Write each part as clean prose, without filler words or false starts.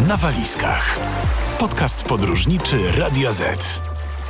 na walizkach. Podcast podróżniczy Radia Z.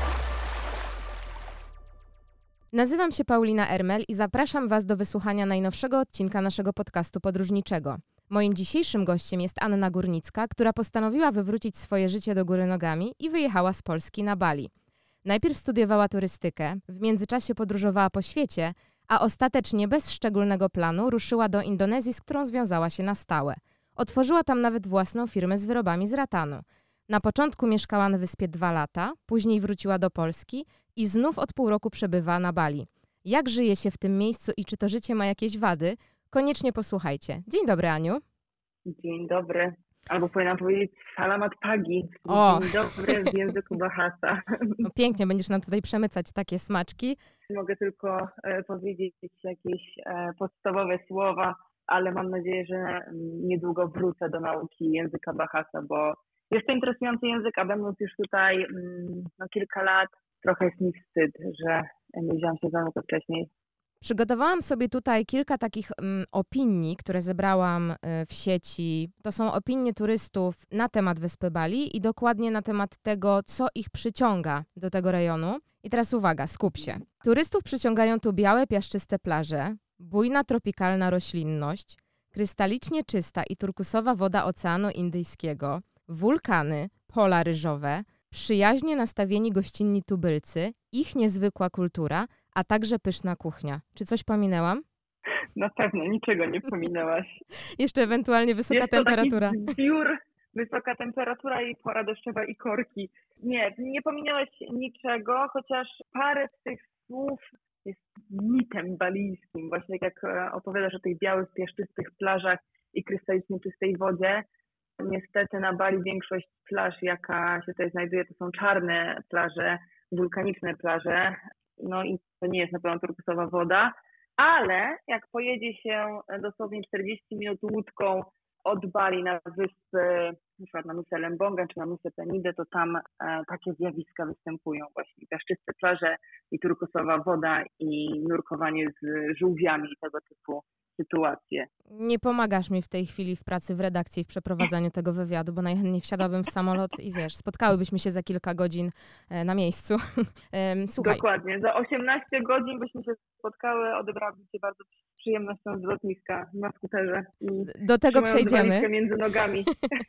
Nazywam się Paulina Ermel i zapraszam Was do wysłuchania najnowszego odcinka naszego podcastu podróżniczego. Moim dzisiejszym gościem jest Anna Górnicka, która postanowiła wywrócić swoje życie do góry nogami i wyjechała z Polski na Bali. Najpierw studiowała turystykę, w międzyczasie podróżowała po świecie, a ostatecznie bez szczególnego planu ruszyła do Indonezji, z którą związała się na stałe. Otworzyła tam nawet własną firmę z wyrobami z ratanu. Na początku mieszkała na wyspie 2 lata, później wróciła do Polski i znów od pół roku przebywa na Bali. Jak żyje się w tym miejscu i czy to życie ma jakieś wady? Koniecznie posłuchajcie. Dzień dobry, Aniu. Dzień dobry. Albo powinnam powiedzieć salamat pagi. O. Dzień dobry w języku Bahasa. No pięknie, będziesz nam tutaj przemycać takie smaczki. Mogę tylko powiedzieć jakieś podstawowe słowa, ale mam nadzieję, że niedługo wrócę do nauki języka Bahasa, bo jest to interesujący język, a będąc już tutaj kilka lat, trochę jest mi wstyd, że nie wziąłam się za naukę wcześniej. Przygotowałam sobie tutaj kilka takich opinii, które zebrałam w sieci. To są opinie turystów na temat wyspy Bali i dokładnie na temat tego, co ich przyciąga do tego rejonu. I teraz uwaga, skup się. Turystów przyciągają tu białe, piaszczyste plaże, bujna tropikalna roślinność, krystalicznie czysta i turkusowa woda Oceanu Indyjskiego, wulkany, pola ryżowe, przyjaźnie nastawieni gościnni tubylcy, ich niezwykła kultura, a także pyszna kuchnia. Czy coś pominęłam? Na pewno, niczego nie pominęłaś. Jeszcze ewentualnie wysoka jest temperatura. Taki zbiór, wysoka temperatura i pora deszczowa i korki. Nie pominęłaś niczego, chociaż parę z tych słów jest mitem balijskim. Właśnie tak jak opowiadasz o tych białych, piaszczystych plażach i krystalicznie czystej wodzie. Niestety na Bali większość plaż, jaka się tutaj znajduje, to są czarne plaże, wulkaniczne plaże. No i to nie jest na pewno turkusowa woda, ale jak pojedzie się dosłownie 40 minut łódką od Bali na wyspy, na przykład na Nusę Lembongan czy na Nusę Penidę, to tam takie zjawiska występują właśnie. Piaszczyste plaże i turkusowa woda i nurkowanie z żółwiami i tego typu sytuacje. Nie pomagasz mi w tej chwili w pracy w redakcji, w przeprowadzaniu tego wywiadu, bo najchętniej wsiadłabym w samolot i wiesz, spotkałybyśmy się za kilka godzin na miejscu. Słuchaj. Dokładnie, za 18 godzin byśmy się spotkały, odebrałabym Cię bardzo przyjemnością z lotniska na skuterze. I do tego przejdziemy. Między nogami.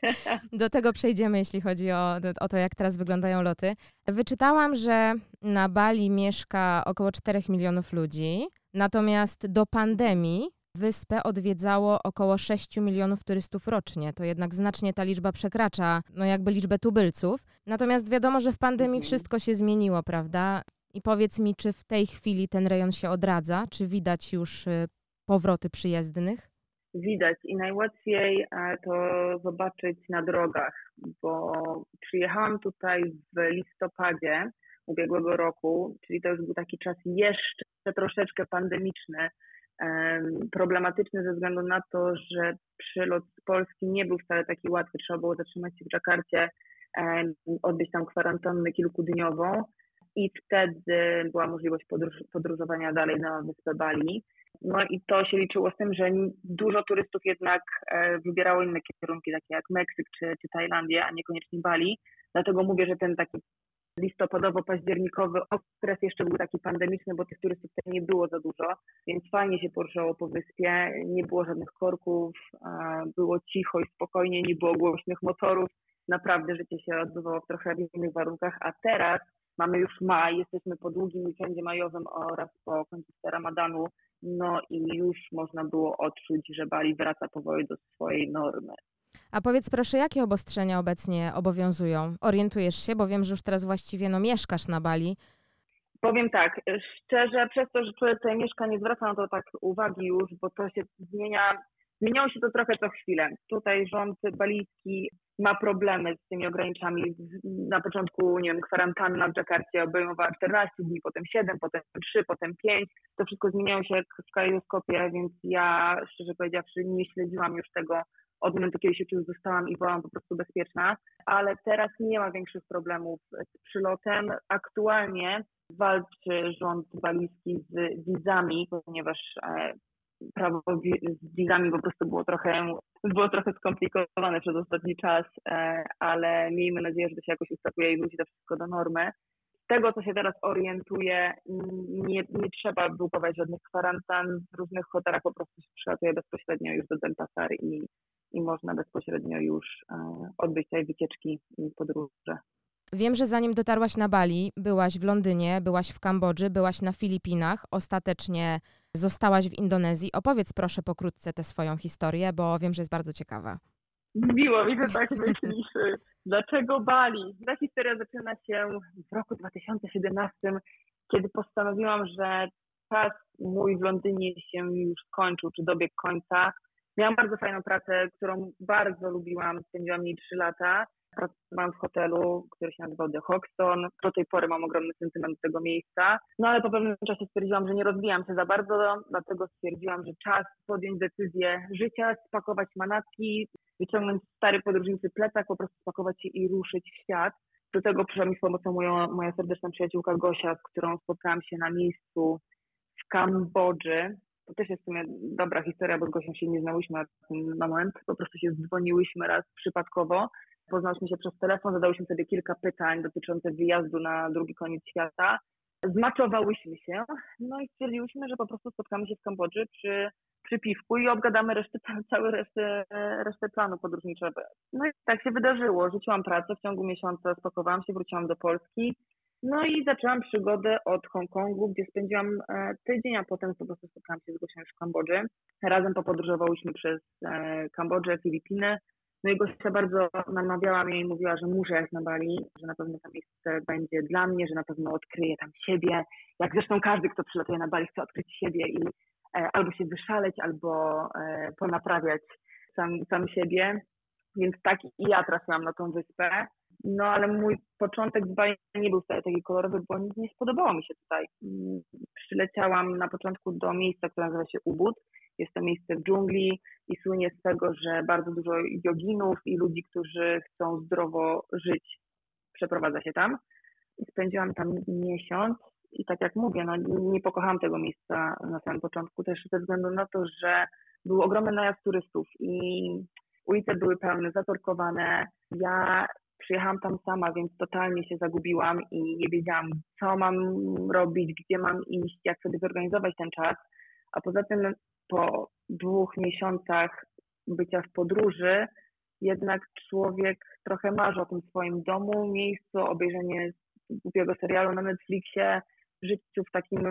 Do tego przejdziemy, jeśli chodzi o to, jak teraz wyglądają loty. Wyczytałam, że na Bali mieszka około 4 milionów ludzi, natomiast do pandemii wyspę odwiedzało około 6 milionów turystów rocznie. To jednak znacznie ta liczba przekracza jakby liczbę tubylców. Natomiast wiadomo, że w pandemii wszystko się zmieniło, prawda? I powiedz mi, czy w tej chwili ten rejon się odradza? Czy widać już powroty przyjezdnych? Widać i najłatwiej to zobaczyć na drogach, bo przyjechałam tutaj w listopadzie ubiegłego roku, czyli to już był taki czas jeszcze troszeczkę pandemiczny, problematyczny ze względu na to, że przylot z Polski nie był wcale taki łatwy. Trzeba było zatrzymać się w Dżakarcie, odbyć tam kwarantannę kilkudniową i wtedy była możliwość podróżowania dalej na wyspę Bali. No i to się liczyło z tym, że dużo turystów jednak wybierało inne kierunki, takie jak Meksyk czy Tajlandia, a niekoniecznie Bali. Dlatego mówię, że ten taki listopadowo-październikowy okres jeszcze był taki pandemiczny, bo tych turystów tutaj nie było za dużo, więc fajnie się poruszało po wyspie, nie było żadnych korków, było cicho i spokojnie, nie było głośnych motorów, naprawdę życie się odbywało w trochę innych warunkach, a teraz mamy już maj, jesteśmy po długim weekendzie majowym oraz po końcówce Ramadanu, no i już można było odczuć, że Bali wraca powoli do swojej normy. A powiedz proszę, jakie obostrzenia obecnie obowiązują? Orientujesz się, bo wiem, że już teraz właściwie mieszkasz na Bali. Powiem tak, szczerze, przez to, że człowiek tutaj mieszka, nie zwraca na to tak uwagi już, bo to się zmienia. Zmieniało się to trochę co chwilę. Tutaj rząd balijski ma problemy z tymi ograniczeniami. Na początku, kwarantanna w Dżakarcie obejmowała 14 dni, potem 7, potem 3, potem 5. To wszystko zmieniało się jak w kalejdoskopie, więc ja, szczerze powiedziawszy, nie śledziłam już tego od momentu, kiedy się tu już dostałam i byłam po prostu bezpieczna. Ale teraz nie ma większych problemów z przylotem. Aktualnie walczy rząd balijski z wizami, ponieważ prawo z wizami po prostu było trochę skomplikowane przez ostatni czas, ale miejmy nadzieję, że to się jakoś ustawuje i wróci to wszystko do normy. Z tego, co się teraz orientuję, nie trzeba bukować żadnych kwarantan. W różnych hotelach po prostu się przylatuje bezpośrednio już do Denpasar i można bezpośrednio już odbyć tej wycieczki i podróże. Wiem, że zanim dotarłaś na Bali, byłaś w Londynie, byłaś w Kambodży, byłaś na Filipinach, ostatecznie zostałaś w Indonezji. Opowiedz proszę pokrótce tę swoją historię, bo wiem, że jest bardzo ciekawa. Miło mi, że tak myślisz. Dlaczego Bali? Ta historia zaczyna się w roku 2017, kiedy postanowiłam, że czas mój w Londynie się już skończył, czy dobiegł końca. Miałam bardzo fajną pracę, którą bardzo lubiłam, spędziłam w niej 3 lata. Pracowałam w hotelu, który się nazywał The Hoxton. Do tej pory mam ogromny sentyment do tego miejsca. No ale po pewnym czasie stwierdziłam, że nie rozwijam się za bardzo, dlatego stwierdziłam, że czas podjąć decyzję życia, spakować manatki, wyciągnąć stary podróżniczy plecak, po prostu spakować się i ruszyć w świat. Do tego przyszła mi z pomocą moja serdeczna przyjaciółka Gosia, z którą spotkałam się na miejscu w Kambodży. To też jest w sumie dobra historia, bo z Gosią się nie znałyśmy na ten moment. Po prostu się zdzwoniłyśmy raz przypadkowo. Poznałyśmy się przez telefon, zadałyśmy sobie kilka pytań dotyczących wyjazdu na drugi koniec świata. Zmaczowałyśmy się, no i stwierdziłyśmy, że po prostu spotkamy się w Kambodży przy piwku i obgadamy resztę planu podróżniczego. No i tak się wydarzyło. Rzuciłam pracę, w ciągu miesiąca spakowałam się, wróciłam do Polski. No i zaczęłam przygodę od Hongkongu, gdzie spędziłam tydzień, a potem po prostu spotkałam się z Gosią już w Kambodży. Razem popodróżowałyśmy przez Kambodżę, Filipiny. No i Gosia bardzo namawiała mnie i mówiła, że muszę jechać na Bali, że na pewno to miejsce będzie dla mnie, że na pewno odkryję tam siebie. Jak zresztą każdy, kto przylatuje na Bali, chce odkryć siebie i albo się wyszaleć, albo ponaprawiać sam siebie. Więc tak i ja trafiłam na tą wyspę. No ale mój początek w Bali nie był wcale taki kolorowy, bo nie spodobało mi się tutaj. Przyleciałam na początku do miejsca, które nazywa się Ubud. Jest to miejsce w dżungli i słynie z tego, że bardzo dużo joginów i ludzi, którzy chcą zdrowo żyć, przeprowadza się tam. I spędziłam tam miesiąc i tak jak mówię, no nie pokochałam tego miejsca na samym początku, też ze względu na to, że był ogromny najazd turystów i ulice były pełne, zatorkowane. Ja przyjechałam tam sama, więc totalnie się zagubiłam i nie wiedziałam, co mam robić, gdzie mam iść, jak sobie zorganizować ten czas. A poza tym po 2 miesiącach bycia w podróży jednak człowiek trochę marzy o tym swoim domu, miejscu, obejrzenie głupiego serialu na Netflixie, życiu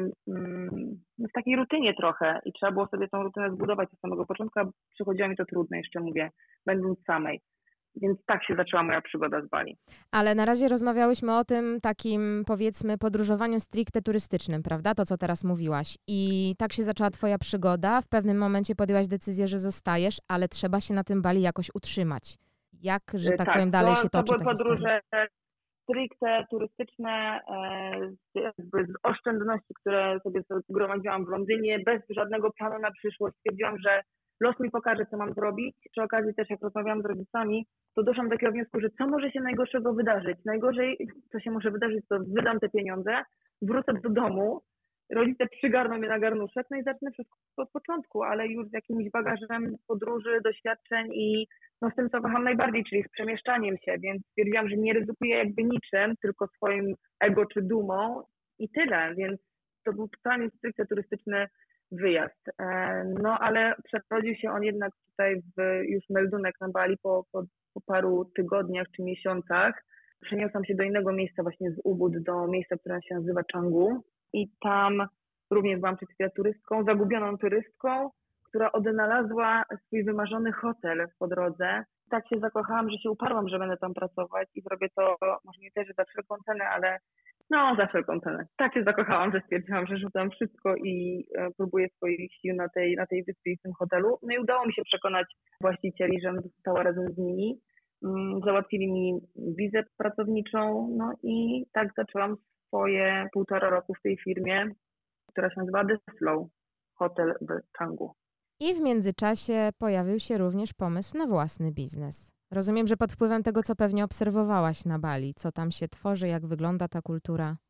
w takiej rutynie trochę i trzeba było sobie tą rutynę zbudować od samego początku, a przychodziło mi to trudne, jeszcze mówię, będąc samej. Więc tak się zaczęła moja przygoda z Bali. Ale na razie rozmawiałyśmy o tym takim, powiedzmy, podróżowaniu stricte turystycznym, prawda? To, co teraz mówiłaś. I tak się zaczęła twoja przygoda. W pewnym momencie podjęłaś decyzję, że zostajesz, ale trzeba się na tym Bali jakoś utrzymać. Jak, że tak powiem, dalej się toczy ta historia? To były podróże stricte turystyczne, jakby z oszczędności, które sobie zgromadziłam w Londynie, bez żadnego planu na przyszłość. Stwierdziłam, że los mi pokaże, co mam zrobić. Przy okazji też, jak rozmawiałam z rodzicami, to doszłam do takiego wniosku, że co może się najgorszego wydarzyć? Najgorzej, co się może wydarzyć, to wydam te pieniądze, wrócę do domu, rodzice przygarną mnie na garnuszek, no i zacznę wszystko od początku, ale już z jakimś bagażem podróży, doświadczeń i z tym, co kocham najbardziej, czyli z przemieszczaniem się, więc stwierdziłam, że nie ryzykuję jakby niczym, tylko swoim ego czy dumą i tyle, więc to był totalnie stricte turystyczny wyjazd. No ale przerodził się on jednak tutaj w już meldunek na Bali po paru tygodniach czy miesiącach. Przeniosłam się do innego miejsca, właśnie z Ubud, do miejsca, które się nazywa Canggu i tam również byłam przed chwilą turystką, zagubioną turystką, która odnalazła swój wymarzony hotel po drodze. Tak się zakochałam, że się uparłam, że będę tam pracować i zrobię to może nie też za wszelką cenę, ale za wszelką cenę. Tak się zakochałam, że stwierdziłam, że rzucam wszystko i próbuję swoich sił na tej wyspie i w tym hotelu. No i udało mi się przekonać właścicieli, żebym została razem z nimi. Załatwili mi wizę pracowniczą, no i tak zaczęłam swoje 1,5 roku w tej firmie, która się nazywa The Slow Hotel w Canggu. I w międzyczasie pojawił się również pomysł na własny biznes. Rozumiem, że pod wpływem tego, co pewnie obserwowałaś na Bali, co tam się tworzy, jak wygląda ta kultura.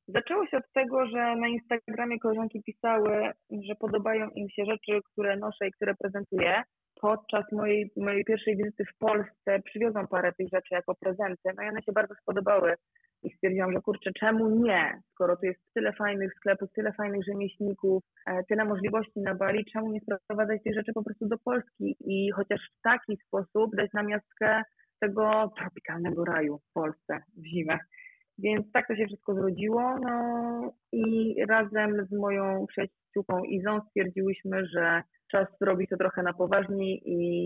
Zaczęło się od tego, że na Instagramie koleżanki pisały, że podobają im się rzeczy, które noszę i które prezentuję. Podczas mojej pierwszej wizyty w Polsce przywiozłam parę tych rzeczy jako prezenty, no i one się bardzo spodobały. I stwierdziłam, że kurczę, czemu nie? Skoro tu jest tyle fajnych sklepów, tyle fajnych rzemieślników, tyle możliwości na Bali, czemu nie sprowadzać tych rzeczy po prostu do Polski i chociaż w taki sposób dać namiastkę tego tropikalnego raju w Polsce w zimę. Więc tak to się wszystko zrodziło, no i razem z moją przyjaciółką Izą stwierdziłyśmy, że czas zrobić to trochę na poważniej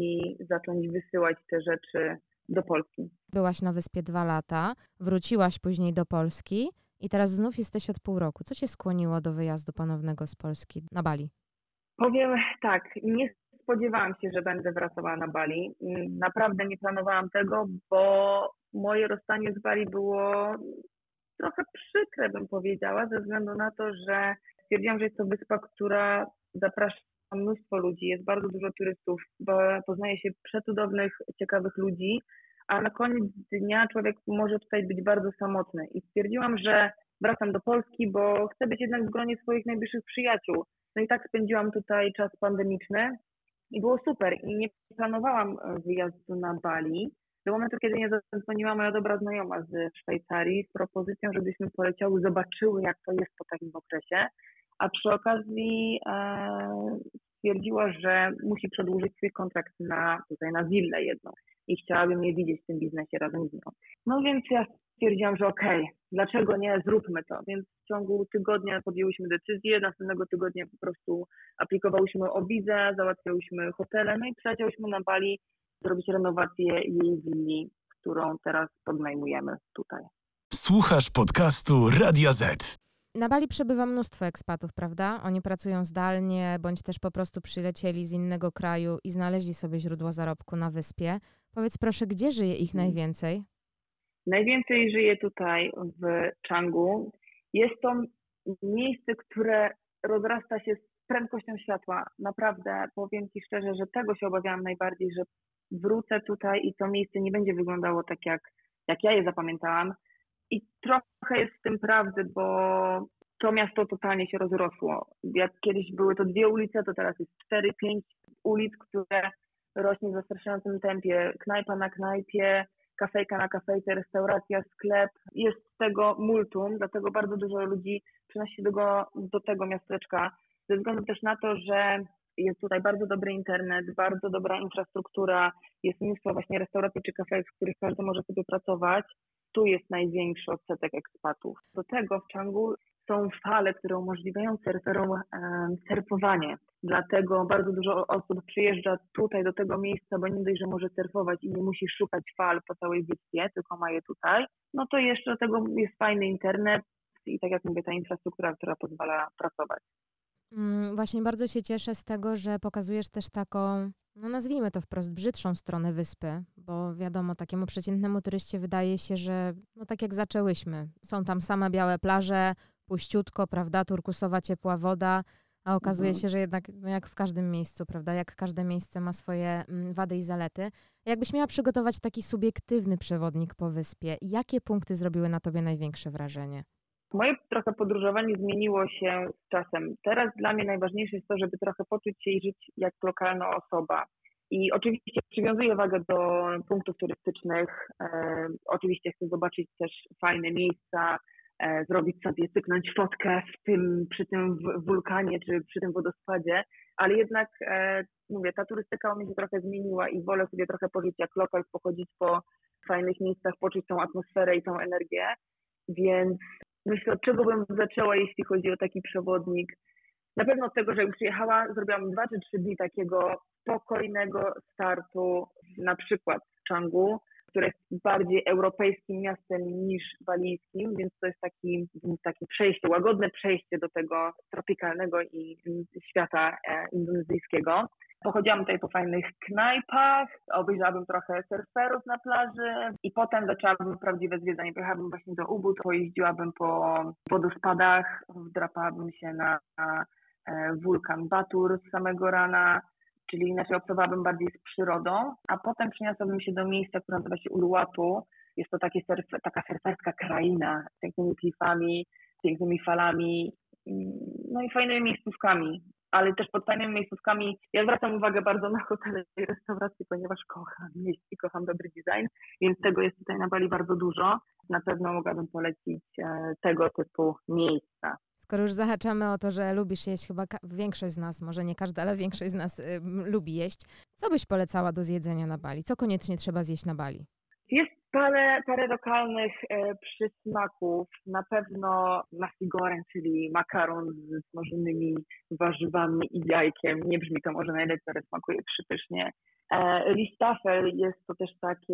i zacząć wysyłać te rzeczy do Polski. Byłaś na wyspie 2 lata, wróciłaś później do Polski i teraz znów jesteś od pół roku. Co cię skłoniło do wyjazdu ponownego z Polski na Bali? Powiem tak, nie spodziewałam się, że będę wracała na Bali. Naprawdę nie planowałam tego, bo moje rozstanie z Bali było trochę przykre, bym powiedziała, ze względu na to, że stwierdziłam, że jest to wyspa, która zaprasza mnóstwo ludzi, jest bardzo dużo turystów, bo poznaje się przecudownych, ciekawych ludzi, a na koniec dnia człowiek może tutaj być bardzo samotny. I stwierdziłam, że wracam do Polski, bo chcę być jednak w gronie swoich najbliższych przyjaciół. No i tak spędziłam tutaj czas pandemiczny i było super. I nie planowałam wyjazdu na Bali. Do momentu, kiedy mnie zadzwoniła moja dobra znajoma z Szwajcarii z propozycją, żebyśmy poleciały, zobaczyły, jak to jest po takim okresie. A przy okazji stwierdziła, że musi przedłużyć swój kontrakt tutaj na willę jedną i chciałaby mnie widzieć w tym biznesie razem z nią. No więc ja stwierdziłam, że okej, dlaczego nie, zróbmy to. Więc w ciągu tygodnia podjęłyśmy decyzję, następnego tygodnia po prostu aplikowałyśmy o wizę, załatwiałyśmy hotele, no i przyleciałyśmy na Bali zrobić renowację jej willi, którą teraz podnajmujemy tutaj. Słuchasz podcastu Radia Z. Na Bali przebywa mnóstwo ekspatów, prawda? Oni pracują zdalnie, bądź też po prostu przylecieli z innego kraju i znaleźli sobie źródło zarobku na wyspie. Powiedz proszę, gdzie żyje ich najwięcej? Najwięcej żyje tutaj w Canggu. Jest to miejsce, które rozrasta się z prędkością światła. Naprawdę, powiem Ci szczerze, że tego się obawiałam najbardziej, że wrócę tutaj i to miejsce nie będzie wyglądało tak, jak ja je zapamiętałam. I trochę jest w tym prawdy, bo to miasto totalnie się rozrosło. Jak kiedyś były to 2 ulice, to teraz jest 4-5 ulic, które rośnie w zastraszającym tempie. Knajpa na knajpie, kafejka na kafejce, restauracja, sklep. Jest tego multum, dlatego bardzo dużo ludzi przenosi się do tego miasteczka. Ze względu też na to, że jest tutaj bardzo dobry internet, bardzo dobra infrastruktura, jest mnóstwo właśnie restauracji czy kafejek, w których każdy może sobie pracować. Tu jest największy odsetek ekspatów. Do tego w Canggu są fale, które umożliwiają surferom surfowanie. Dlatego bardzo dużo osób przyjeżdża tutaj do tego miejsca, bo nie dość, że może surfować i nie musi szukać fal po całej wyspie, tylko ma je tutaj. No to jeszcze do tego jest fajny internet i tak jak mówię, ta infrastruktura, która pozwala pracować. Właśnie bardzo się cieszę z tego, że pokazujesz też taką, no nazwijmy to wprost, brzydszą stronę wyspy, bo wiadomo, takiemu przeciętnemu turyście wydaje się, że no tak jak zaczęłyśmy, są tam same białe plaże, puściutko, prawda, turkusowa ciepła woda, a okazuje się, że jednak no jak w każdym miejscu, prawda, jak każde miejsce ma swoje wady i zalety. Jakbyś miała przygotować taki subiektywny przewodnik po wyspie, jakie punkty zrobiły na tobie największe wrażenie? Moje trochę podróżowanie zmieniło się z czasem. Teraz dla mnie najważniejsze jest to, żeby trochę poczuć się i żyć jak lokalna osoba. I oczywiście przywiązuję wagę do punktów turystycznych. Oczywiście chcę zobaczyć też fajne miejsca, zrobić sobie, cyknąć fotkę przy tym wulkanie czy przy tym wodospadzie, ale jednak mówię, ta turystyka u mnie się trochę zmieniła i wolę sobie trochę pożyć jak lokal, pochodzić po fajnych miejscach, poczuć tą atmosferę i tą energię, więc myślę, od czego bym zaczęła, jeśli chodzi o taki przewodnik. Na pewno od tego, że jak przyjechała, zrobiłam 2 czy 3 dni takiego spokojnego startu, na przykład w Canggu, które jest bardziej europejskim miastem niż balijskim, więc to jest takie przejście, łagodne przejście do tego tropikalnego i świata indonezyjskiego. Pochodziłam tutaj po fajnych knajpach, obejrzałabym trochę surferów na plaży i potem zaczęłabym prawdziwe zwiedzanie. Pojechałabym właśnie do Ubud, pojeździłabym po wodospadach, wdrapałabym się na wulkan Batur z samego rana, czyli inaczej obcowałabym bardziej z przyrodą, a potem przeniosłabym się do miejsca, które nazywa się Uluwatu. Jest to taka surferska kraina z pięknymi klifami, pięknymi falami, no i fajnymi miejscówkami. Ale też pod fajnymi miejscówkami ja zwracam uwagę bardzo na hotele i restauracje, ponieważ kocham jeść i kocham dobry design, więc tego jest tutaj na Bali bardzo dużo. Na pewno mogłabym polecić tego typu miejsca. Skoro już zahaczamy o to, że lubisz jeść, chyba większość z nas, może nie każda, ale większość z nas lubi jeść. Co byś polecała do zjedzenia na Bali? Co koniecznie trzeba zjeść na Bali? Jest parę lokalnych przysmaków. Na pewno nasi goreng, czyli makaron z smażonymi warzywami i jajkiem. Nie brzmi to może najlepiej, ale smakuje przypysznie. Ristafel jest to też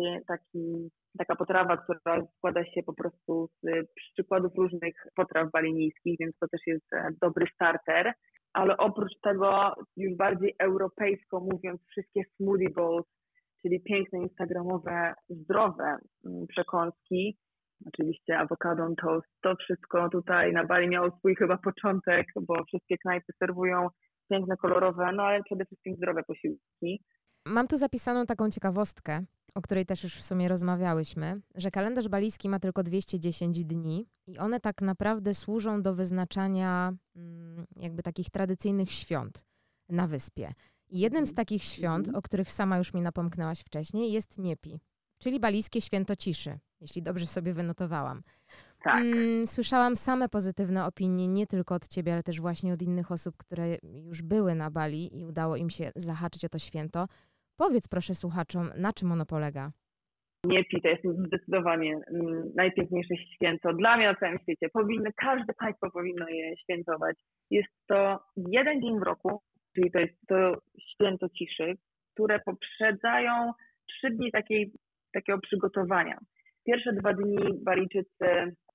taka potrawa, która składa się po prostu z przykładów różnych potraw balinijskich, więc to też jest dobry starter. Ale oprócz tego, już bardziej europejsko mówiąc, wszystkie smoothie bowls, czyli piękne, instagramowe, zdrowe przekąski, oczywiście avocado on toast, to wszystko tutaj na Bali miało swój chyba początek, bo wszystkie knajpy serwują piękne, kolorowe, no ale przede wszystkim zdrowe posiłki. Mam tu zapisaną taką ciekawostkę, o której też już w sumie rozmawiałyśmy, że kalendarz balijski ma tylko 210 dni i one tak naprawdę służą do wyznaczania jakby takich tradycyjnych świąt na wyspie. I jednym z takich świąt, o których sama już mi napomknęłaś wcześniej, jest Nyepi, czyli balijskie święto ciszy, jeśli dobrze sobie wynotowałam. Tak. Słyszałam same pozytywne opinie, nie tylko od ciebie, ale też właśnie od innych osób, które już były na Bali i udało im się zahaczyć o to święto. Powiedz proszę słuchaczom, na czym ono polega? Nyepi to jest zdecydowanie najpiękniejsze święto dla mnie na całym świecie. Każde państwo powinno je świętować. Jest to jeden dzień w roku, czyli to jest to święto ciszy, które poprzedzają 3 dni takiego przygotowania. Pierwsze 2 dni Balijczycy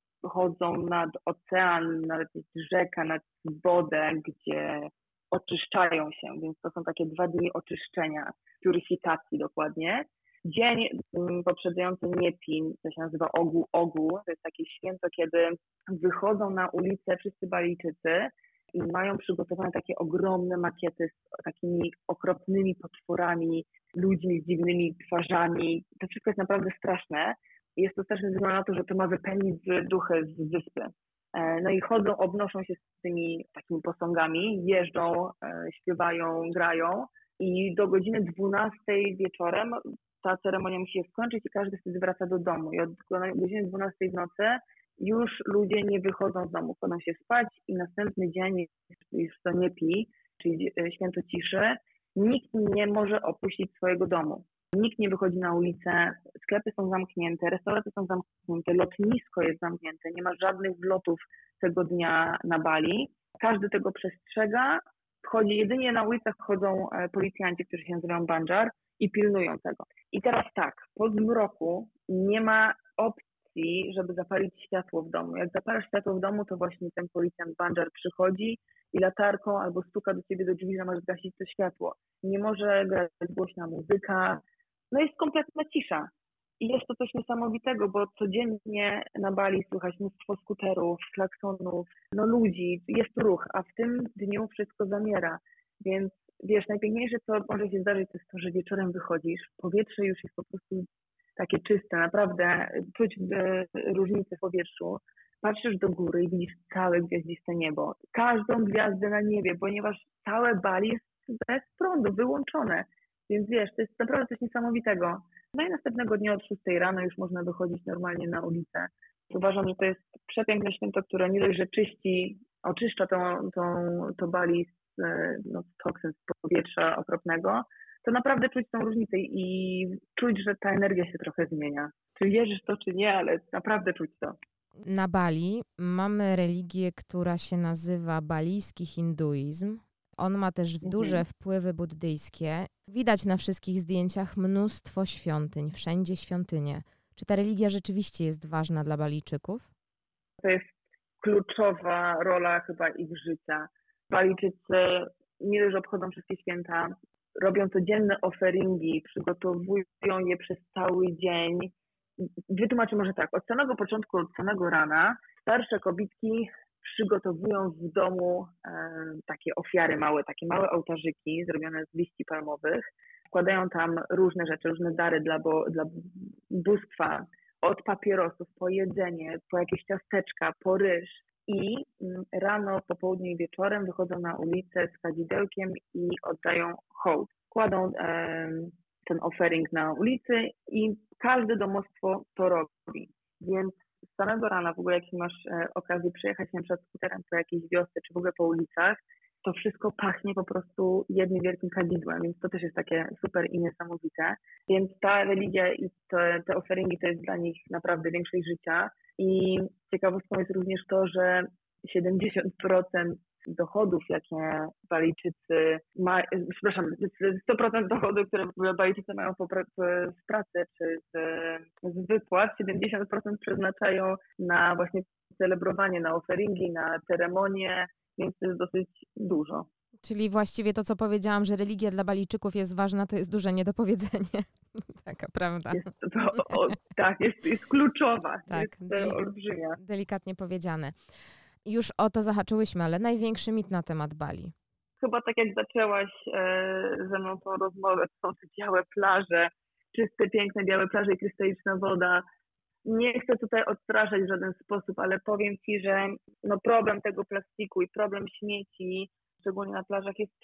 chodzą nad ocean, nad rzekę, nad wodę, gdzie oczyszczają się, więc to są takie 2 dni oczyszczenia, puryfikacji dokładnie. Dzień poprzedzający Nyepi, to się nazywa Ogu, to jest takie święto, kiedy wychodzą na ulicę wszyscy Balijczycy i mają przygotowane takie ogromne makiety z takimi okropnymi potworami, ludźmi z dziwnymi twarzami. To wszystko jest naprawdę straszne. Jest to straszne ze względu na to, że to ma wypędzić duchy z wyspy. No i chodzą, obnoszą się z tymi takimi posągami, jeżdżą, śpiewają, grają i do godziny 12 wieczorem ta ceremonia musi się skończyć i każdy wtedy wraca do domu. I od godziny 12 w nocy już ludzie nie wychodzą z domu, chodzą się spać i następny dzień już to Nyepi, czyli święto ciszy, nikt nie może opuścić swojego domu. Nikt nie wychodzi na ulicę, sklepy są zamknięte, restauracje są zamknięte, lotnisko jest zamknięte, nie ma żadnych wlotów tego dnia na Bali. Każdy tego przestrzega, jedynie na ulicach chodzą policjanci, którzy się nazywają Bandar i pilnują tego. I teraz tak, po zmroku nie ma opcji, żeby zapalić światło w domu. Jak zapalasz światło w domu, to właśnie ten policjant Bandar przychodzi i latarką albo stuka do ciebie do drzwi, że masz zgasić to światło. Nie może grać głośna muzyka. No jest kompletna cisza. I jest to coś niesamowitego, bo codziennie na Bali słychać mnóstwo skuterów, klaksonów, ludzi, jest ruch, a w tym dniu wszystko zamiera. Więc wiesz, najpiękniejsze, co może się zdarzyć, to jest to, że wieczorem wychodzisz, powietrze już jest po prostu takie czyste, naprawdę czuć różnicę w powietrzu. Patrzysz do góry i widzisz całe gwiaździste niebo, każdą gwiazdę na niebie, ponieważ całe Bali jest bez prądu, wyłączone. Więc wiesz, to jest naprawdę coś niesamowitego. No i następnego dnia od 6 rano już można wychodzić normalnie na ulicę. Uważam, że to jest przepiękne święto, które nie dość, że oczyszcza to Bali z toksyn, z powietrza okropnego, to naprawdę czuć tą różnicę i czuć, że ta energia się trochę zmienia. Czy wierzysz w to, czy nie, ale naprawdę czuć to. Na Bali mamy religię, która się nazywa balijski hinduizm. On ma też duże wpływy buddyjskie. Widać na wszystkich zdjęciach mnóstwo świątyń, wszędzie świątynie. Czy ta religia rzeczywiście jest ważna dla Balijczyków? To jest kluczowa rola chyba ich życia. Balijczycy nie dość, że obchodzą wszystkie święta, robią codzienne offeringi, przygotowują je przez cały dzień. Wytłumaczę może tak, od samego początku, od samego rana starsze kobietki przygotowują w domu takie ofiary małe, takie małe ołtarzyki zrobione z liści palmowych. Wkładają tam różne rzeczy, różne dary dla bóstwa, od papierosów po jedzenie, po jakieś ciasteczka, po ryż. i rano, po południu i wieczorem wychodzą na ulicę z kadzidełkiem i oddają hołd. Kładą ten offering na ulicy i każde domostwo to robi. Więc z samego rana, w ogóle jak masz okazję przejechać na przykład skuterem po jakiejś wiosce, czy w ogóle po ulicach, to wszystko pachnie po prostu jednym wielkim kadzidłem, więc to też jest takie super i niesamowite. Więc ta religia i te offeringi to jest dla nich naprawdę większość życia. I ciekawostką jest również to, że 70% dochodów, jakie Balijczycy mają, 100% dochodów, które Balijczycy mają z pracy czy z wypłat, 70% przeznaczają na właśnie celebrowanie, na offeringi, na ceremonie, więc to jest dosyć dużo. Czyli właściwie to, co powiedziałam, że religia dla Balijczyków jest ważna, to jest duże niedopowiedzenie. Taka prawda. Jest kluczowa, tak, jest olbrzymia. Delikatnie powiedziane. Już o to zahaczyłyśmy, ale największy mit na temat Bali. Chyba tak jak zaczęłaś ze mną tą rozmowę, to są te białe plaże, czyste, piękne białe plaże i krystaliczna woda. Nie chcę tutaj odstraszać w żaden sposób, ale powiem Ci, że problem tego plastiku i problem śmieci, szczególnie na plażach, jest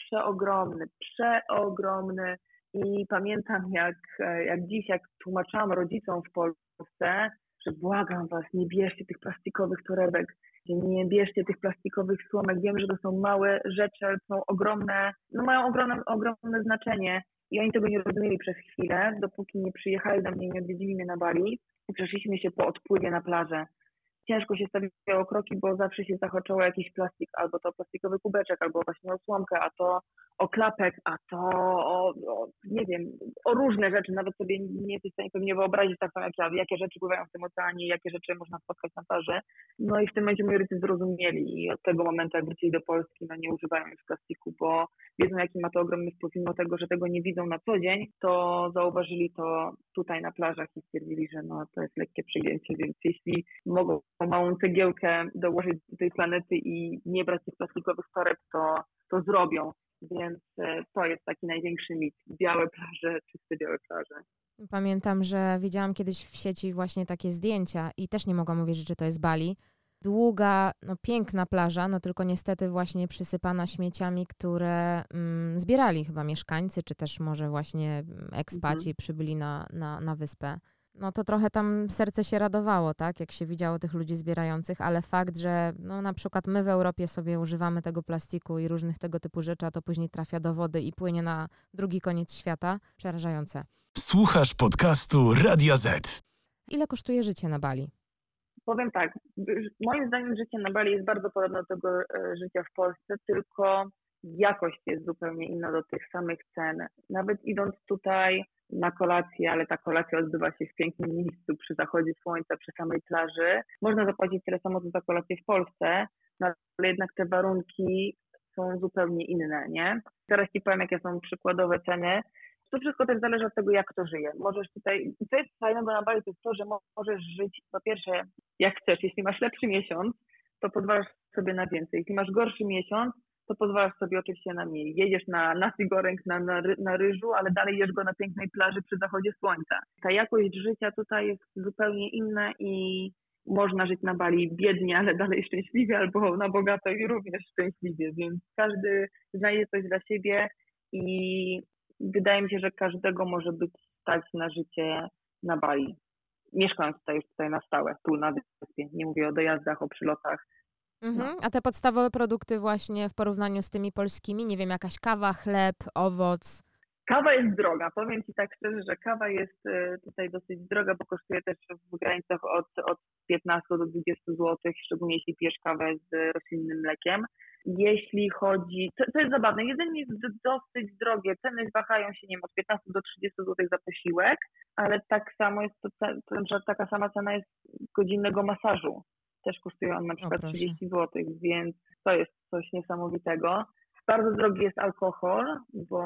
przeogromny. I pamiętam jak dziś, jak tłumaczyłam rodzicom w Polsce, że błagam Was, nie bierzcie tych plastikowych torebek, nie bierzcie tych plastikowych słomek. Wiem, że to są małe rzeczy, ale są ogromne, mają ogromne znaczenie. I oni tego nie rozumieli przez chwilę, dopóki nie przyjechali do mnie i nie odwiedzili mnie na Bali. I przeszliśmy się po odpływie na plażę. Ciężko się stawiało kroki, bo zawsze się zahaczało jakiś plastik, albo to plastikowy kubeczek, albo właśnie o słomkę, a to o klapek, a to nie wiem, o różne rzeczy. Nawet sobie nie jesteś w stanie pewnie wyobrazić tak samo jak ja, jakie rzeczy pływają w tym oceanie, jakie rzeczy można spotkać na plaży. No i w tym momencie moi rodzice zrozumieli i od tego momentu, jak wrócili do Polski, nie używają już plastiku, bo wiedzą, jaki ma to ogromny wpływ, mimo tego, że tego nie widzą na co dzień, to zauważyli to tutaj na plażach i stwierdzili, że to jest lekkie przegięcie, więc jeśli mogą małą cegiełkę dołożyć do tej planety i nie brać tych plastikowych toreb, to zrobią. Więc to jest taki największy mit. Białe plaże, czyste białe plaże. Pamiętam, że widziałam kiedyś w sieci właśnie takie zdjęcia i też nie mogłam uwierzyć, że to jest Bali. Długa, piękna plaża, tylko niestety właśnie przysypana śmieciami, które zbierali chyba mieszkańcy, czy też może właśnie ekspaci przybyli na wyspę. To trochę tam serce się radowało, tak, jak się widziało tych ludzi zbierających, ale fakt, że na przykład my w Europie sobie używamy tego plastiku i różnych tego typu rzeczy, a to później trafia do wody i płynie na drugi koniec świata, przerażające. Słuchasz podcastu Radia Z. Ile kosztuje życie na Bali? Powiem tak, moim zdaniem życie na Bali jest bardzo podobne do tego życia w Polsce, tylko jakość jest zupełnie inna do tych samych cen. Nawet idąc tutaj na kolację, ale ta kolacja odbywa się w pięknym miejscu przy zachodzie słońca, przy samej plaży. Można zapłacić tyle samo co za kolację w Polsce, ale jednak te warunki są zupełnie inne, nie? Teraz Ci powiem, jakie są przykładowe ceny. To wszystko też zależy od tego, jak kto żyje. Możesz tutaj, co jest fajnego na Bali, to jest to, że możesz żyć, po pierwsze, jak chcesz. Jeśli masz lepszy miesiąc, to pozwalasz sobie na więcej. Jeśli masz gorszy miesiąc, to pozwalasz sobie oczywiście na mniej. Jedziesz na nasi goreng na ryżu, ale dalej jesz go na pięknej plaży przy zachodzie słońca. Ta jakość życia tutaj jest zupełnie inna i można żyć na Bali biednie, ale dalej szczęśliwie, albo na bogato i również szczęśliwie, więc każdy znajdzie coś dla siebie i wydaje mi się, że każdego może być stać na życie na Bali. Mieszkając tutaj na stałe, tu na wyspie. Nie mówię o dojazdach, o przylotach. A te podstawowe produkty właśnie w porównaniu z tymi polskimi, nie wiem, jakaś kawa, chleb, owoc? Kawa jest droga. Powiem Ci tak szczerze, że kawa jest tutaj dosyć droga, bo kosztuje też w granicach od 15 do 20 zł, szczególnie jeśli pijesz kawę z roślinnym mlekiem. Jeśli chodzi, to jest zabawne, jedzenie jest dosyć drogie, ceny wahają się, nie wiem, od 15 do 30 zł za posiłek, ale tak samo jest taka sama cena jest godzinnego masażu. Też kosztuje on na przykład 30 zł, więc to jest coś niesamowitego. Bardzo drogi jest alkohol, bo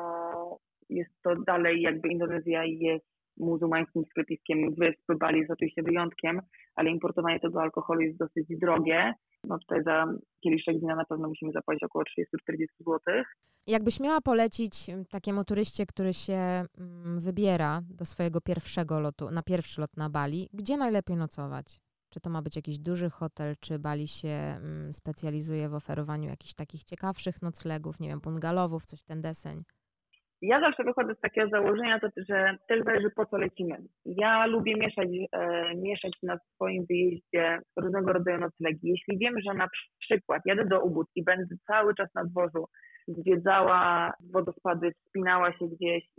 jest to dalej jakby Indonezja jest muzułmańskim sklepiskiem, wyspy Bali jest oczywiście wyjątkiem, ale importowanie tego alkoholu jest dosyć drogie. Tutaj za kieliszek wina na pewno musimy zapłacić około 30-40 zł. Jakbyś miała polecić takiemu turyście, który się wybiera do swojego pierwszego lotu, na pierwszy lot na Bali, gdzie najlepiej nocować? Czy to ma być jakiś duży hotel, czy Bali się specjalizuje w oferowaniu jakichś takich ciekawszych noclegów, nie wiem, bungalowów, coś w ten deseń? Ja zawsze wychodzę z takiego założenia, że też zależy po co lecimy. Ja lubię mieszać na swoim wyjeździe różnego rodzaju noclegi. Jeśli wiem, że na przykład jadę do Ubud i będę cały czas na dworzu, zwiedzała wodospady, wspinała się gdzieś i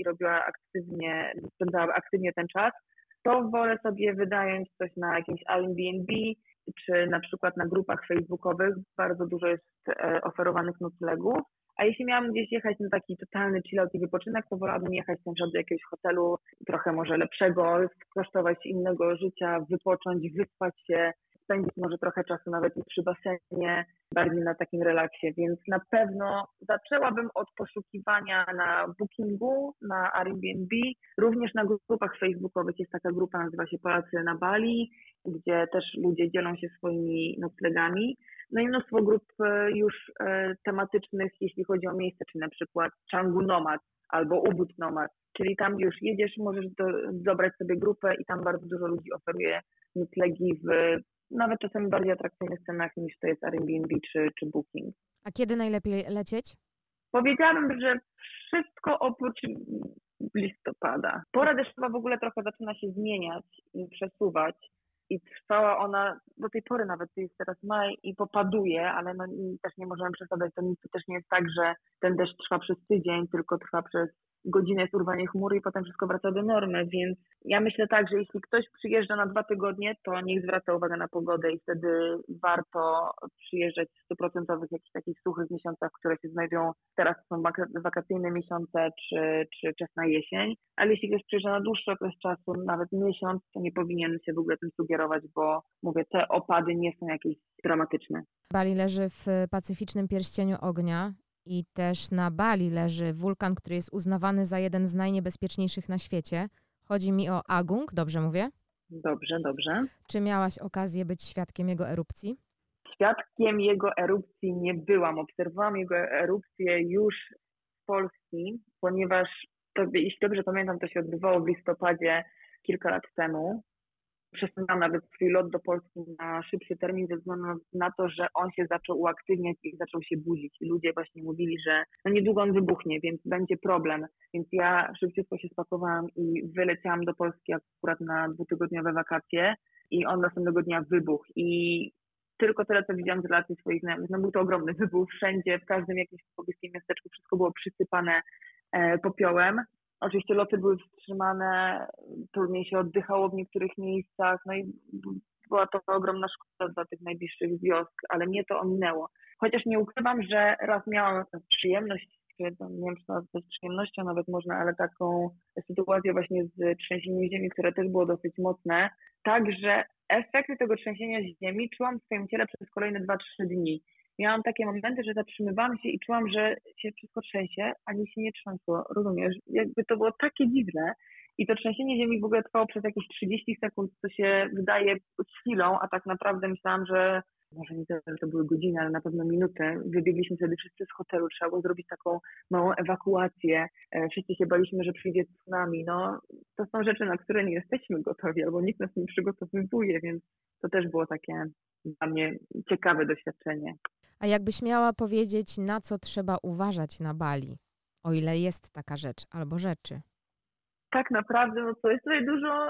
spędzała aktywnie ten czas, to wolę sobie wynająć coś na jakimś Airbnb, czy na przykład na grupach facebookowych. Bardzo dużo jest oferowanych noclegów. A jeśli miałam gdzieś jechać na taki totalny chill-out i wypoczynek, to wolałabym jechać na przykład do jakiegoś hotelu trochę może lepszego, skosztować innego życia, wypocząć, wyspać się, spędzić może trochę czasu nawet i przy basenie, bardziej na takim relaksie. Więc na pewno zaczęłabym od poszukiwania na Bookingu, na Airbnb, również na grupach facebookowych. Jest taka grupa, nazywa się Polacy na Bali, gdzie też ludzie dzielą się swoimi noclegami. No i mnóstwo grup już tematycznych, jeśli chodzi o miejsce, czy na przykład Canggu Nomad albo Ubud Nomad, czyli tam już jedziesz, możesz dobrać sobie grupę i tam bardzo dużo ludzi oferuje noclegi w nawet czasami bardziej atrakcyjnych cenach niż to jest Airbnb czy Booking. A kiedy najlepiej lecieć? Powiedziałabym, że wszystko oprócz listopada. Pora deszczowa w ogóle trochę zaczyna się zmieniać i przesuwać. I trwała ona do tej pory, nawet to jest teraz maj i popaduje, ale no i też nie możemy przesadzać, to nic też nie jest tak, że ten deszcz trwa przez tydzień, tylko trwa przez godzinę, jest urwanie chmury i potem wszystko wraca do normy, więc ja myślę tak, że jeśli ktoś przyjeżdża na 2 tygodnie, to niech zwraca uwagę na pogodę i wtedy warto przyjeżdżać w 100% jakichś takich suchych miesiącach, które się znajdują teraz, są wakacyjne miesiące czy wczesna jesień, ale jeśli ktoś przyjeżdża na dłuższy okres czasu, nawet miesiąc, to nie powinien się w ogóle tym sugerować, bo mówię, te opady nie są jakieś dramatyczne. Bali leży w pacyficznym pierścieniu ognia. I też na Bali leży wulkan, który jest uznawany za jeden z najniebezpieczniejszych na świecie. Chodzi mi o Agung, dobrze mówię? Dobrze, dobrze. Czy miałaś okazję być świadkiem jego erupcji? Świadkiem jego erupcji nie byłam. Obserwowałam jego erupcję już z Polski, ponieważ, jeśli dobrze pamiętam, to się odbywało w listopadzie kilka lat temu. Przesunęłam nawet swój lot do Polski na szybszy termin ze względu na to, że on się zaczął uaktywniać i zaczął się budzić. I ludzie właśnie mówili, że no niedługo on wybuchnie, więc będzie problem. Więc ja szybciutko się spakowałam i wyleciałam do Polski akurat na 2-tygodniowe wakacje i on następnego dnia wybuchł. I tylko tyle, co widziałam z relacji swoich znajomych. No był to ogromny wybuch wszędzie, w każdym jakimś pobliskim miasteczku wszystko było przysypane popiołem. Oczywiście loty były wstrzymane, trudniej się oddychało w niektórych miejscach, no i była to ogromna szkoda dla tych najbliższych wiosk, ale mnie to ominęło. Chociaż nie ukrywam, że raz miałam przyjemność, nie wiem, czy to jest przyjemnością nawet można, ale taką sytuację właśnie z trzęsieniem ziemi, które też było dosyć mocne, także efekty tego trzęsienia ziemi czułam w swoim ciele przez kolejne 2-3 dni. Miałam takie momenty, że zatrzymywałam się i czułam, że się wszystko trzęsie, a nic się nie trzęsło. Rozumiesz? Jakby to było takie dziwne. I to trzęsienie ziemi w ogóle trwało przez jakieś 30 sekund, co się wydaje chwilą, a tak naprawdę myślałam, że może nie tyle, że to były godziny, ale na pewno minuty. Wybiegliśmy wtedy wszyscy z hotelu, trzeba było zrobić taką małą ewakuację. Wszyscy się baliśmy, że przyjdzie tsunami. No, to są rzeczy, na które nie jesteśmy gotowi, albo nikt nas nie przygotowuje, więc to też było takie dla mnie ciekawe doświadczenie. A jakbyś miała powiedzieć, na co trzeba uważać na Bali, o ile jest taka rzecz albo rzeczy? Tak naprawdę, no to jest tutaj dużo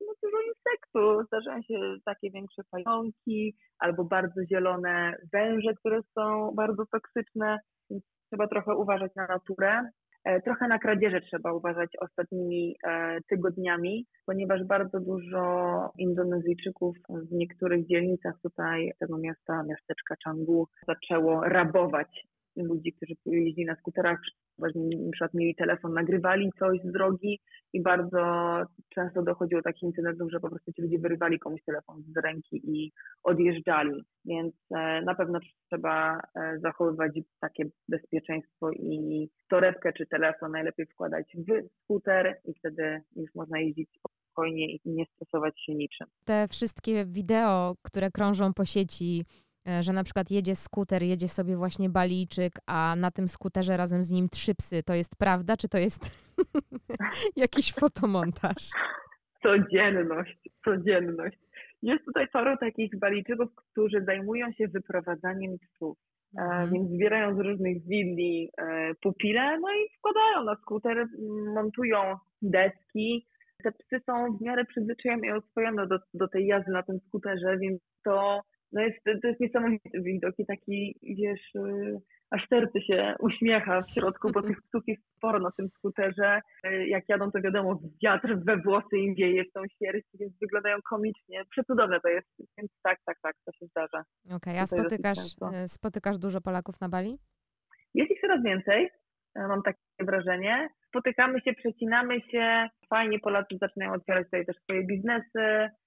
insektów. Zdarzają się takie większe pająki albo bardzo zielone węże, które są bardzo toksyczne, więc trzeba trochę uważać na naturę. Trochę na kradzieże trzeba uważać ostatnimi tygodniami, ponieważ bardzo dużo Indonezyjczyków w niektórych dzielnicach tutaj tego miasteczka Canggu zaczęło rabować ludzi, którzy jeździli na skuterach, na przykład mieli telefon, nagrywali coś z drogi i bardzo często dochodziło do takich incydentów, że po prostu ci ludzie wyrywali komuś telefon z ręki i odjeżdżali. Więc na pewno trzeba zachowywać takie bezpieczeństwo i torebkę czy telefon najlepiej wkładać w skuter i wtedy już można jeździć spokojnie i nie stresować się niczym. Te wszystkie wideo, które krążą po sieci, że na przykład jedzie skuter, jedzie sobie właśnie Balijczyk, a na tym skuterze razem z nim 3 psy. To jest prawda, czy to jest jakiś fotomontaż? Codzienność. Jest tutaj paru takich Balijczyków, którzy zajmują się wyprowadzaniem psów. Więc zbierają z różnych willi pupile, no i wkładają na skuter, montują deski. Te psy są w miarę przyzwyczajone i oswojone do tej jazdy na tym skuterze, więc to jest niesamowity widok i taki, wiesz, aż serce się uśmiecha w środku, bo tych psów jest sporo na tym skuterze. Jak jadą, to wiadomo, wiatr we włosy im wieje w tą sierść, więc wyglądają komicznie. Przecudowne to jest, więc tak, to się zdarza. Okej, a spotykasz dużo Polaków na Bali? Jest ich coraz więcej, mam takie wrażenie. Spotykamy się, przecinamy się, fajnie Polacy zaczynają otwierać tutaj też swoje biznesy.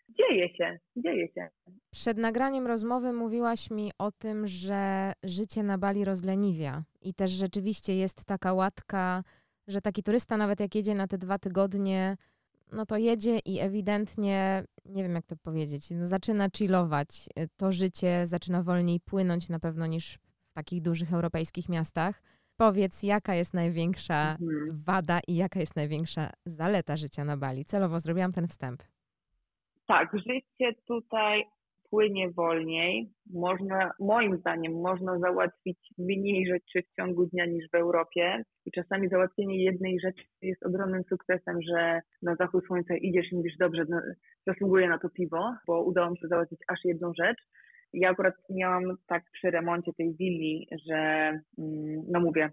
Dzieje się. Przed nagraniem rozmowy mówiłaś mi o tym, że życie na Bali rozleniwia i też rzeczywiście jest taka łatka, że taki turysta nawet jak jedzie na te 2 tygodnie, no to jedzie i ewidentnie, nie wiem jak to powiedzieć, zaczyna chillować. To życie zaczyna wolniej płynąć na pewno niż w takich dużych europejskich miastach. Powiedz, jaka jest największa wada i jaka jest największa zaleta życia na Bali? Celowo zrobiłam ten wstęp. Tak, życie tutaj płynie wolniej. Moim zdaniem, można załatwić mniej rzeczy w ciągu dnia niż w Europie. I czasami załatwienie jednej rzeczy jest ogromnym sukcesem, że na zachód słońca idziesz i mówisz, dobrze, zasługuję na to piwo, bo udało mi się załatwić aż jedną rzecz. Ja akurat miałam tak przy remoncie tej willi, że no mówię,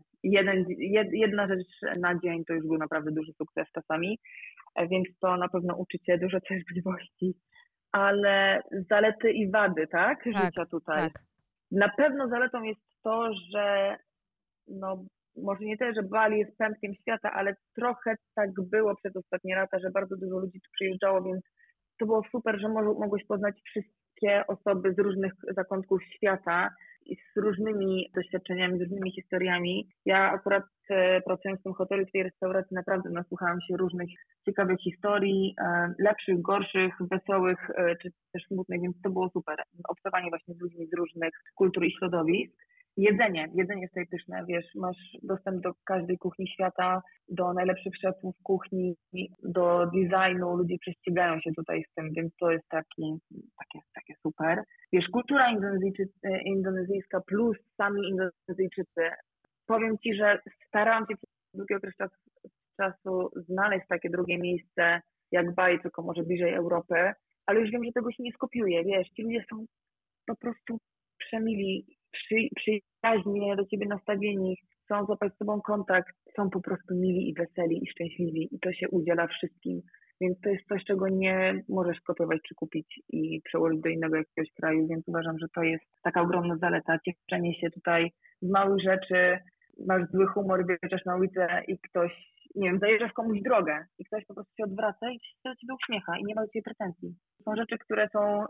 jedna rzecz na dzień to już był naprawdę duży sukces czasami, więc to na pewno uczy cię dużo cierpliwości, ale zalety i wady, tak? Życia tutaj. Tak. Na pewno zaletą jest to, że no może nie tyle, że Bali jest pępkiem świata, ale trochę tak było przez ostatnie lata, że bardzo dużo ludzi tu przyjeżdżało, więc to było super, że mogłeś poznać wszystkie osoby z różnych zakątków świata i z różnymi doświadczeniami, z różnymi historiami. Ja akurat pracując w tym hotelu, w tej restauracji naprawdę nasłuchałam się różnych ciekawych historii, lepszych, gorszych, wesołych czy też smutnych, więc to było super. Obcowanie właśnie z ludźmi z różnych kultur i środowisk. Jedzenie jest tutaj pyszne, wiesz, masz dostęp do każdej kuchni świata, do najlepszych szefów kuchni, do designu, ludzie prześcigają się tutaj z tym, więc to jest takie super. Wiesz, kultura indonezyjska plus sami Indonezyjczycy. Powiem Ci, że starałam się przez długi okres czasu znaleźć takie drugie miejsce jak Bali, tylko może bliżej Europy, ale już wiem, że tego się nie skopiuje, wiesz, ci ludzie są po prostu przemili, przyjaźnie do ciebie nastawieni, chcą złapać z tobą kontakt, są po prostu mili i weseli i szczęśliwi i to się udziela wszystkim, więc to jest coś, czego nie możesz skopiować czy kupić i przełożyć do innego jakiegoś kraju, więc uważam, że to jest taka ogromna zaleta, cieszenie się tutaj z małych rzeczy, masz zły humor, wjeżdżasz na ulicę i ktoś, nie wiem, zajeżdżasz komuś drogę i ktoś po prostu się odwraca i się do ciebie uśmiecha i nie ma do ciebie pretensji. Są rzeczy, które są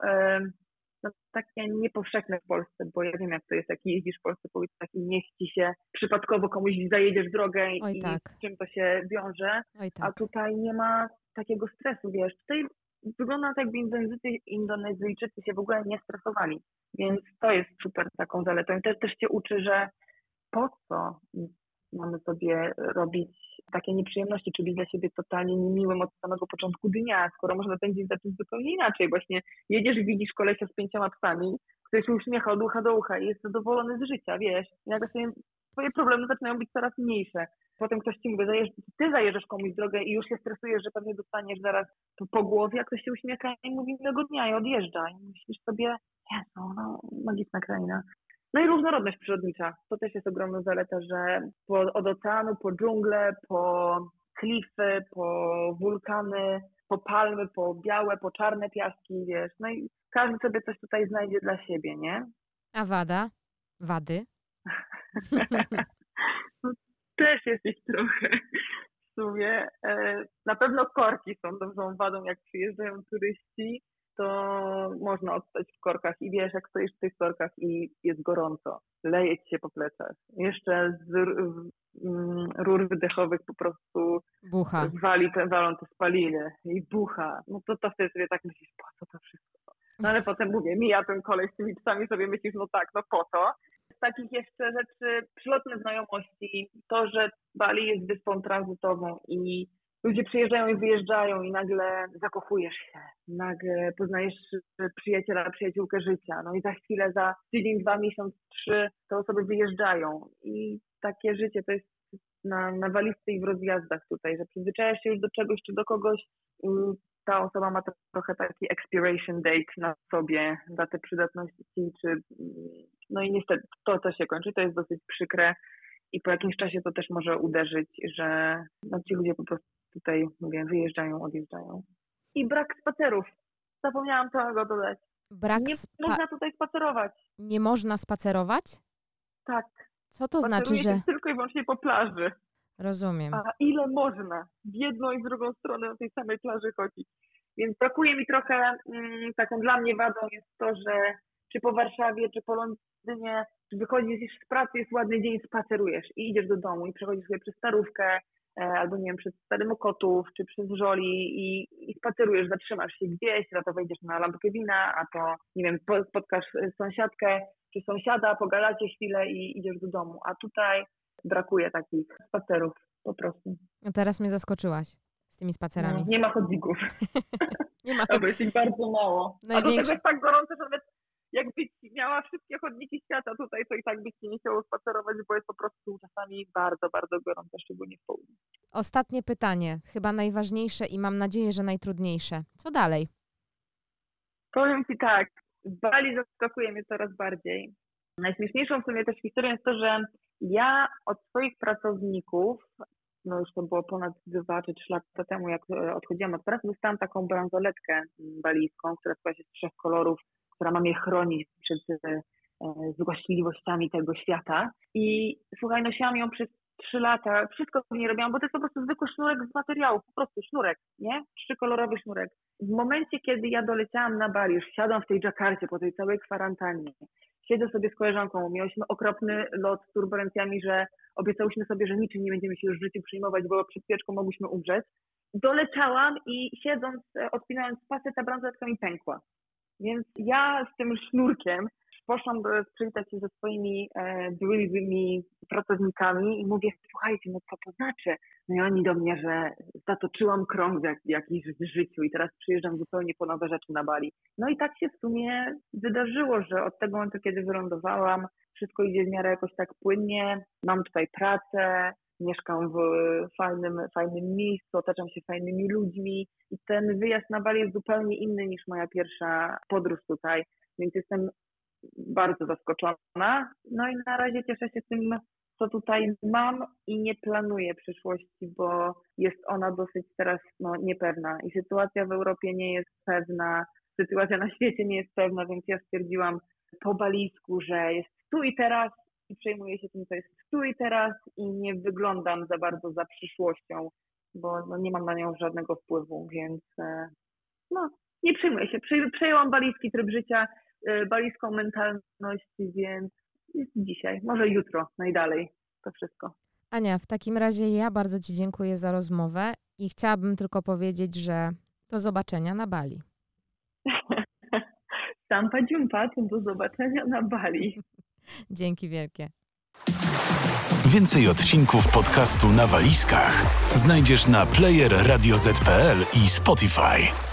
takie niepowszechne w Polsce, bo ja wiem jak to jest, jak jeździsz w Polsce po ulicach i niech ci się przypadkowo komuś zajedziesz drogę i z czym to się wiąże, a tutaj nie ma takiego stresu, wiesz, tutaj wygląda tak, jakby Indonezyjczycy się w ogóle nie stresowali, więc to jest super taką zaletą i też cię uczy, że po co mamy sobie robić takie nieprzyjemności, czy być dla siebie totalnie niemiłym od samego początku dnia, skoro można pędzić za czymś zupełnie inaczej. Właśnie jedziesz i widzisz kolesia z 5 psami, który się uśmiecha od ucha do ucha i jest zadowolony z życia, wiesz. I nagle sobie twoje problemy zaczynają być coraz mniejsze. Potem ktoś ci mówi, ty zajeżdżasz komuś drogę i już się stresujesz, że pewnie dostaniesz zaraz po głowie, a ktoś się uśmiecha i mówi miłego dnia i odjeżdża. I myślisz sobie, Jezu, no magiczna kraina. No i różnorodność przyrodnicza. To też jest ogromna zaleta, że od oceanu, po dżunglę, po klify, po wulkany, po palmy, po białe, po czarne piaski, wiesz. No i każdy sobie coś tutaj znajdzie dla siebie, nie? A wady? No, też jest ich trochę w sumie. Na pewno korki są dużą wadą, jak przyjeżdżają turyści. To można odstać w korkach i wiesz, jak stoisz w tych korkach i jest gorąco, leje ci się po plecach. Jeszcze z rur wydechowych po prostu bucha. walą te spaliny i bucha. No to wtedy sobie tak myślisz, po co to wszystko? No ale potem mówię, mija ten koleś z tymi psami, sobie myślisz, no tak, no po co? Z takich jeszcze rzeczy, przylotne znajomości, to, że Bali jest wyspą tranzytową i ludzie przyjeżdżają i wyjeżdżają i nagle zakochujesz się, nagle poznajesz przyjaciela, przyjaciółkę życia, no i za chwilę, za tydzień, 2 miesiąc, 3 te osoby wyjeżdżają i takie życie to jest na walizce i w rozjazdach tutaj, że przyzwyczajasz się już do czegoś czy do kogoś i ta osoba ma trochę taki expiration date na sobie, datę przydatności, no i niestety to się kończy, to jest dosyć przykre i po jakimś czasie to też może uderzyć, że no, ci ludzie po prostu tutaj, mówię, wyjeżdżają, odjeżdżają. I brak spacerów. Zapomniałam tego dodać. Nie można tutaj spacerować. Nie można spacerować? Tak. Co to znaczy, że... się tylko i wyłącznie po plaży. Rozumiem. A ile można w jedną i w drugą stronę na tej samej plaży chodzić? Więc brakuje mi trochę, taką dla mnie wadą jest to, że czy po Warszawie, czy po Londynie, czy wychodzisz z pracy, jest ładny dzień, spacerujesz i idziesz do domu i przechodzisz sobie przez Starówkę, albo nie wiem, przez Stary Mokotów, czy przez Żoli i spacerujesz, zatrzymasz się gdzieś, a to wejdziesz na lampkę wina, a to, nie wiem, spotkasz sąsiadkę, czy sąsiada, pogadacie chwilę i idziesz do domu. A tutaj brakuje takich spacerów po prostu. No teraz mnie zaskoczyłaś z tymi spacerami. No, nie ma chodzików. Nie ma Albo jest ich bardzo mało. A do tego jest tak gorąco, że nawet jakbyś miała wszystkie chodniki świata tutaj, to i tak byś się nie chciało spacerować, bo jest po prostu czasami bardzo, bardzo gorąco, szczególnie w południu. Ostatnie pytanie, chyba najważniejsze i mam nadzieję, że najtrudniejsze. Co dalej? Powiem Ci tak, Bali zaskakuje mnie coraz bardziej. Najśmieszniejszą w sumie też historią jest to, że ja od swoich pracowników, no już to było ponad 2 czy 3 lata temu, jak odchodziłam od pracy, dostałam taką bransoletkę balijską, która składa się z 3 kolorów, która ma mnie chronić przed złośliwościami tego świata. I słuchaj, nosiłam ją przez 3 lata, wszystko w niej robiłam, bo to jest po prostu zwykły sznurek z materiału, po prostu sznurek, nie? 3-kolorowy sznurek. W momencie, kiedy ja doleciałam na Bali, już siadam w tej Dżakarcie po tej całej kwarantannie, siedzę sobie z koleżanką, miałyśmy okropny lot z turbulencjami, że obiecałyśmy sobie, że niczym nie będziemy się już w życiu przejmować, bo przed pieczką mogłyśmy umrzeć. Doleciałam i siedząc, odpinając pasy, ta bransoletka mi pękła. Więc ja z tym sznurkiem poszłam przywitać się ze swoimi byłymi pracownikami i mówię, słuchajcie, no co to znaczy? No i oni do mnie, że zatoczyłam krąg jakiś w życiu i teraz przyjeżdżam zupełnie po nowe rzeczy na Bali. No i tak się w sumie wydarzyło, że od tego momentu, kiedy wylądowałam, wszystko idzie w miarę jakoś tak płynnie. Mam tutaj pracę, mieszkam w fajnym miejscu, otaczam się fajnymi ludźmi i ten wyjazd na Bali jest zupełnie inny niż moja pierwsza podróż tutaj, więc jestem bardzo zaskoczona. No i na razie cieszę się tym, co tutaj mam i nie planuję przyszłości, bo jest ona dosyć teraz niepewna i sytuacja w Europie nie jest pewna, sytuacja na świecie nie jest pewna, więc ja stwierdziłam po balijsku, że jest tu i teraz i przejmuję się tym, co jest tu i teraz i nie wyglądam za bardzo za przyszłością, bo nie mam na nią żadnego wpływu, więc nie przejmuję się. Przejęłam balijski tryb życia, balijską mentalność, więc jest dzisiaj, może jutro, najdalej to wszystko. Ania, w takim razie ja bardzo Ci dziękuję za rozmowę i chciałabym tylko powiedzieć, że do zobaczenia na Bali. Sampa dziumpa, do zobaczenia na Bali. Dzięki wielkie. Więcej odcinków podcastu Na Walizkach znajdziesz na player radioz.pl i Spotify.